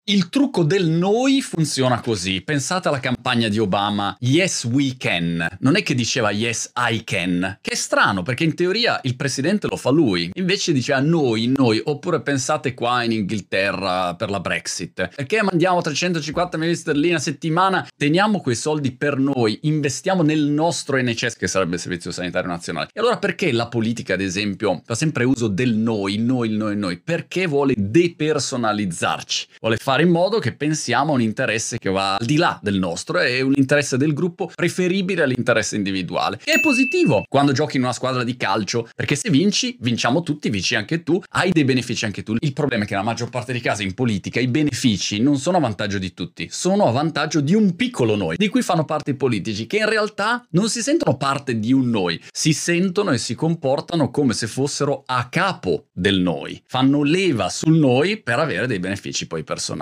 Il trucco del noi funziona così. Pensate alla campagna di Obama, Yes we can. Non è che diceva Yes I can, che è strano perché in teoria il presidente lo fa lui. Invece diceva noi. Oppure pensate qua in Inghilterra per la Brexit. Perché mandiamo 350 milioni di sterline a settimana? Teniamo quei soldi per noi, investiamo nel nostro NHS, che sarebbe il Servizio Sanitario Nazionale. E allora perché la politica, ad esempio, fa sempre uso del noi? Perché vuole depersonalizzarci. Vuole fare in modo che pensiamo a un interesse che va al di là del nostro e un interesse del gruppo preferibile all'interesse individuale. E è positivo quando giochi in una squadra di calcio, perché se vinci, vinciamo tutti, vinci anche tu, hai dei benefici anche tu. Il problema è che nella maggior parte dei casi in politica i benefici non sono a vantaggio di tutti, sono a vantaggio di un piccolo noi, di cui fanno parte i politici, che in realtà non si sentono parte di un noi, si sentono e si comportano come se fossero a capo del noi, fanno leva sul noi per avere dei benefici poi personali.